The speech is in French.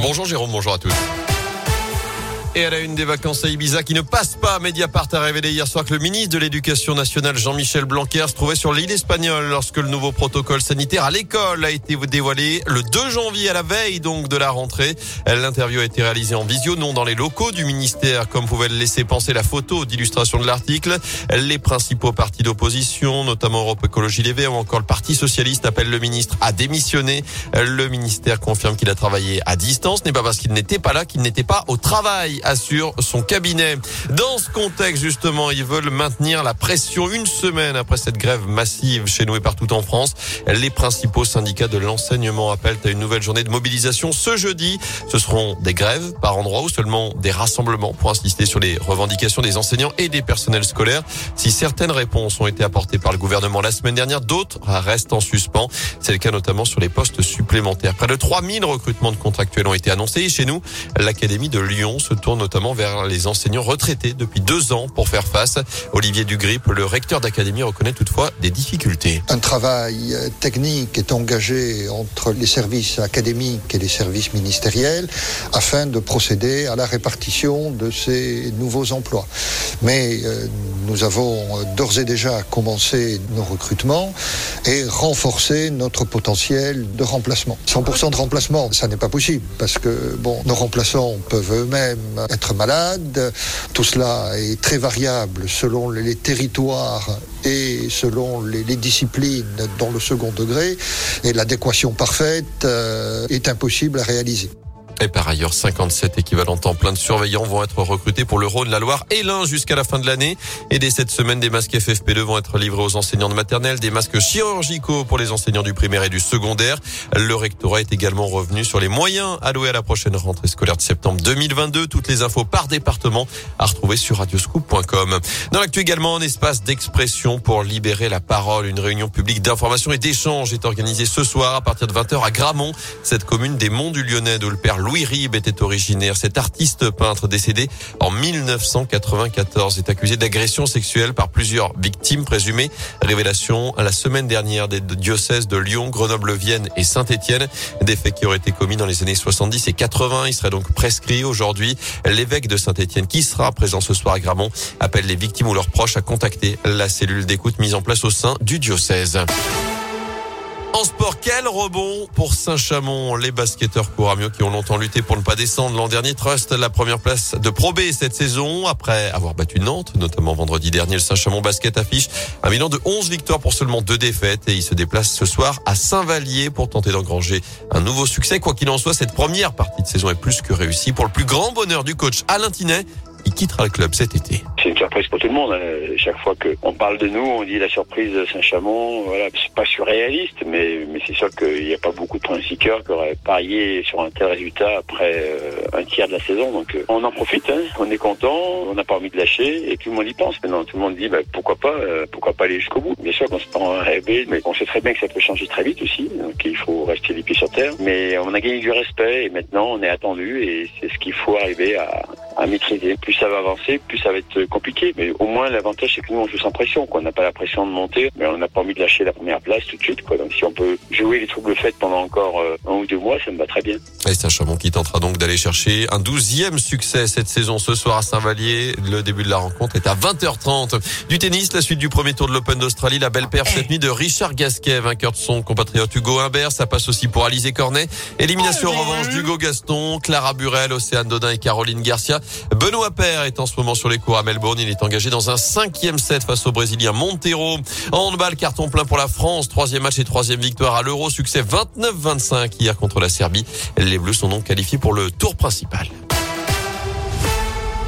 Bonjour Jérôme, bonjour à tous. Et à la une des vacances à Ibiza qui ne passe pas, Mediapart a révélé hier soir que le ministre de l'Éducation nationale Jean-Michel Blanquer se trouvait sur l'île espagnole lorsque le nouveau protocole sanitaire à l'école a été dévoilé le 2 janvier à la veille donc de la rentrée. L'interview a été réalisée en visio, non dans les locaux du ministère comme pouvait le laisser penser la photo d'illustration de l'article. Les principaux partis d'opposition, notamment Europe Écologie Les Verts ou encore le Parti Socialiste, appellent le ministre à démissionner. Le ministère confirme qu'il a travaillé à distance. Ce n'est pas parce qu'il n'était pas là qu'il n'était pas au travail, assure son cabinet. Dans ce contexte, justement, ils veulent maintenir la pression une semaine après cette grève massive chez nous et partout en France. Les principaux syndicats de l'enseignement appellent à une nouvelle journée de mobilisation ce jeudi. Ce seront des grèves par endroits ou seulement des rassemblements pour insister sur les revendications des enseignants et des personnels scolaires. Si certaines réponses ont été apportées par le gouvernement la semaine dernière, d'autres restent en suspens. C'est le cas notamment sur les postes supplémentaires. Près de 3000 recrutements de contractuels ont été annoncés. Et chez nous, l'Académie de Lyon se tourne notamment vers les enseignants retraités depuis 2 ans pour faire face. Olivier Dugrip, le recteur d'académie, reconnaît toutefois des difficultés. Un travail technique est engagé entre les services académiques et les services ministériels afin de procéder à la répartition de ces nouveaux emplois. Mais nous avons d'ores et déjà commencé nos recrutements et renforcé notre potentiel de remplacement. 100% de remplacement, ça n'est pas possible parce que nos remplaçants peuvent eux-mêmes être malades. Tout cela est très variable selon les territoires et selon les disciplines dans le second degré. Et l'adéquation parfaite est impossible à réaliser. Et par ailleurs, 57 équivalents temps plein de surveillants vont être recrutés pour le Rhône, la Loire et l'Ain jusqu'à la fin de l'année. Et dès cette semaine, des masques FFP2 vont être livrés aux enseignants de maternelle, des masques chirurgicaux pour les enseignants du primaire et du secondaire. Le rectorat est également revenu sur les moyens alloués à la prochaine rentrée scolaire de septembre 2022. Toutes les infos par département à retrouver sur radioscoop.com. Dans l'actu également, un espace d'expression pour libérer la parole. Une réunion publique d'information et d'échange est organisée ce soir à partir de 20h à Gramont, cette commune des Monts du Lyonnais d'où le père Louis Ribes était originaire. Cet artiste peintre décédé en 1994 est accusé d'agression sexuelle par plusieurs victimes présumées. Révélation la semaine dernière des diocèses de Lyon, Grenoble, Vienne et Saint-Étienne. Des faits qui auraient été commis dans les années 70 et 80. Il serait donc prescrit aujourd'hui. L'évêque de Saint-Étienne, qui sera présent ce soir à Gramont, appelle les victimes ou leurs proches à contacter la cellule d'écoute mise en place au sein du diocèse. En sport, quel rebond pour Saint-Chamond. Les basketteurs Couramio qui ont longtemps lutté pour ne pas descendre l'an dernier trustent la première place de Pro B cette saison. Après avoir battu Nantes, notamment vendredi dernier, le Saint-Chamond basket affiche un bilan de 11 victoires pour seulement 2 défaites. Et il se déplace ce soir à Saint-Vallier pour tenter d'engranger un nouveau succès. Quoi qu'il en soit, cette première partie de saison est plus que réussie pour le plus grand bonheur du coach Alain Tinet. Il quittera le club cet été. C'est une surprise pour tout le monde. Chaque fois qu'on parle de nous, on dit la surprise de Saint-Chamond. Voilà, c'est pas surréaliste, mais c'est sûr qu'il n'y a pas beaucoup de pronostiqueurs qui auraient parié sur un tel résultat après un tiers de la saison. Donc on en profite, on est content, on n'a pas envie de lâcher et tout le monde y pense. Maintenant, tout le monde dit pourquoi pas aller jusqu'au bout. Bien sûr qu'on se prend un rêver, mais on sait très bien que ça peut changer très vite aussi. Donc il faut rester les pieds sur terre. Mais on a gagné du respect et maintenant on est attendu et c'est ce qu'il faut arriver à maîtriser. Plus ça va avancer, plus ça va être compliqué. Mais au moins, l'avantage, c'est que nous, on joue sans pression, quoi. On n'a pas la pression de monter, mais on n'a pas envie de lâcher la première place tout de suite, quoi. Donc, si on peut jouer les troubles faits pendant encore 1 ou 2 mois, ça me va très bien. Et Saint-Chamond qui tentera donc d'aller chercher un 12e succès cette saison ce soir à Saint-Vallier. Le début de la rencontre est à 20h30. Du tennis, la suite du premier tour de l'Open d'Australie. La belle perf cette nuit de Richard Gasquet, vainqueur de son compatriote Hugo Humbert. Ça passe aussi pour Alizé Cornet. Élimination en revanche d'Hugo Gaston, Clara Burel, Océane Dodin et Caroline Garcia. Benoît Paire est en ce moment sur les cours à Melbourne. Il est engagé dans un 5e set face au Brésilien Monteiro. En handball, carton plein pour la France. 3e match et 3e victoire à l'Euro. Succès 29-25 hier contre la Serbie. Les Bleus sont donc qualifiés pour le tour principal.